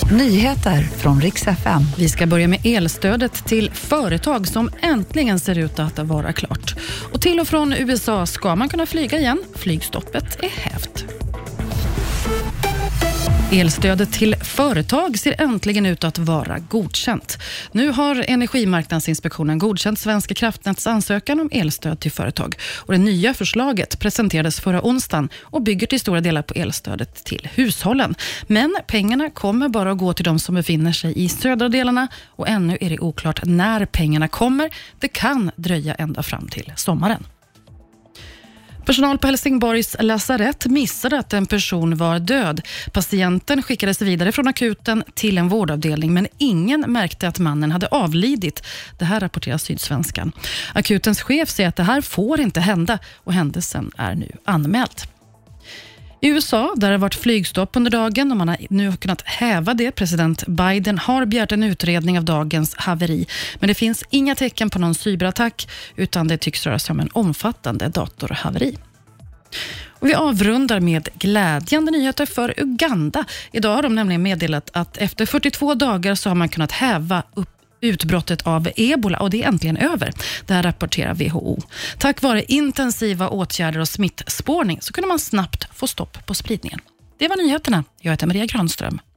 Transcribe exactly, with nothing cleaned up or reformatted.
Nyheter från Rix F M. Vi ska börja med elstödet till företag som äntligen ser ut att vara klart. Och till och från U S A ska man kunna flyga igen. Flygstoppet är hävt. Elstödet till företag ser äntligen ut att vara godkänt. Nu har Energimarknadsinspektionen godkänt Svenska kraftnäts ansökan om elstöd till företag. Och det nya förslaget presenterades förra onsdagen och bygger till stora delar på elstödet till hushållen. Men pengarna kommer bara att gå till de som befinner sig i södra delarna och ännu är det oklart när pengarna kommer. Det kan dröja ända fram till sommaren. Personal på Helsingborgs lasarett missade att en person var död. Patienten skickades vidare från akuten till en vårdavdelning, men ingen märkte att mannen hade avlidit. Det här rapporterar Sydsvenskan. Akutens chef säger att det här får inte hända och händelsen är nu anmäld. I U S A, där det har varit flygstopp under dagen och man har nu kunnat häva det. President Biden har begärt en utredning av dagens haveri. Men det finns inga tecken på någon cyberattack utan det tycks röra sig om en omfattande datorhaveri. Och vi avrundar med glädjande nyheter för Uganda. Idag har de nämligen meddelat att efter fyrtiotvå dagar så har man kunnat häva upp utbrottet av ebola och det är äntligen över. Det här rapporterar W H O. Tack vare intensiva åtgärder och smittspårning så kunde man snabbt få stopp på spridningen. Det var nyheterna. Jag heter Maria Granström.